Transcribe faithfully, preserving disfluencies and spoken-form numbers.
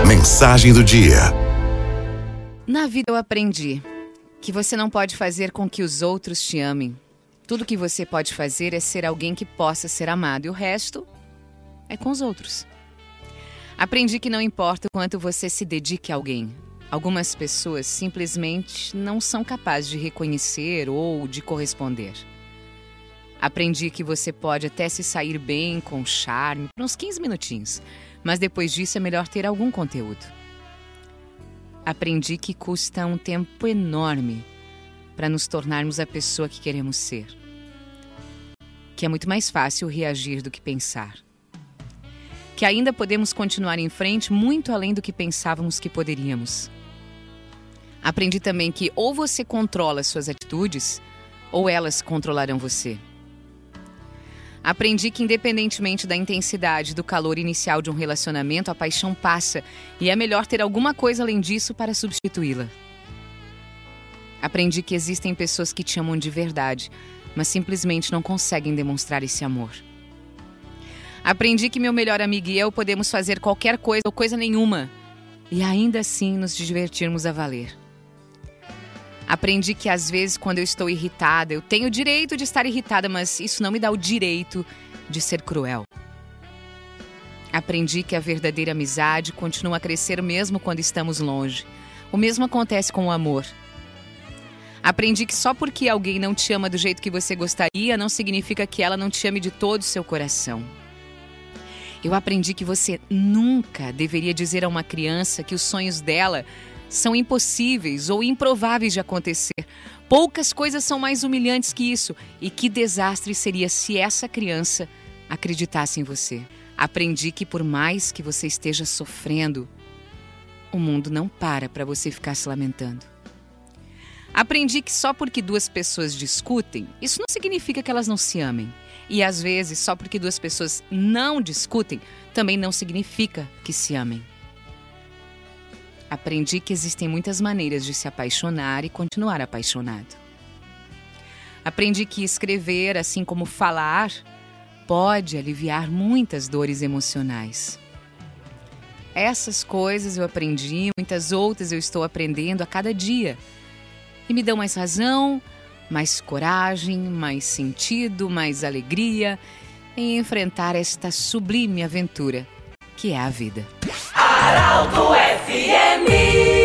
Mensagem do dia. Na vida eu aprendi que você não pode fazer com que os outros te amem. Tudo que você pode fazer é ser alguém que possa ser amado e o resto é com os outros. Aprendi que não importa o quanto você se dedique a alguém. Algumas pessoas simplesmente não são capazes de reconhecer ou de corresponder. Aprendi que você pode até se sair bem, com charme, por uns quinze minutinhos, mas depois disso é melhor ter algum conteúdo. Aprendi que custa um tempo enorme para nos tornarmos a pessoa que queremos ser. Que é muito mais fácil reagir do que pensar. Que ainda podemos continuar em frente muito além do que pensávamos que poderíamos. Aprendi também que ou você controla suas atitudes, ou elas controlarão você. Aprendi que independentemente da intensidade do calor inicial de um relacionamento, a paixão passa e é melhor ter alguma coisa além disso para substituí-la. Aprendi que existem pessoas que te amam de verdade, mas simplesmente não conseguem demonstrar esse amor. Aprendi que meu melhor amigo e eu podemos fazer qualquer coisa ou coisa nenhuma e ainda assim nos divertirmos a valer. Aprendi que às vezes quando eu estou irritada, eu tenho o direito de estar irritada, mas isso não me dá o direito de ser cruel. Aprendi que a verdadeira amizade continua a crescer mesmo quando estamos longe. O mesmo acontece com o amor. Aprendi que só porque alguém não te ama do jeito que você gostaria, não significa que ela não te ame de todo o seu coração. Eu aprendi que você nunca deveria dizer a uma criança que os sonhos dela são impossíveis ou improváveis de acontecer. Poucas coisas são mais humilhantes que isso. E que desastre seria se essa criança acreditasse em você. Aprendi que por mais que você esteja sofrendo, o mundo não para para você ficar se lamentando. Aprendi que só porque duas pessoas discutem, isso não significa que elas não se amem. E às vezes, só porque duas pessoas não discutem, também não significa que se amem. Aprendi que existem muitas maneiras de se apaixonar e continuar apaixonado. Aprendi que escrever, assim como falar, pode aliviar muitas dores emocionais. Essas coisas eu aprendi, muitas outras eu estou aprendendo a cada dia. E me dão mais razão, mais coragem, mais sentido, mais alegria em enfrentar esta sublime aventura que é a vida. Arauto F M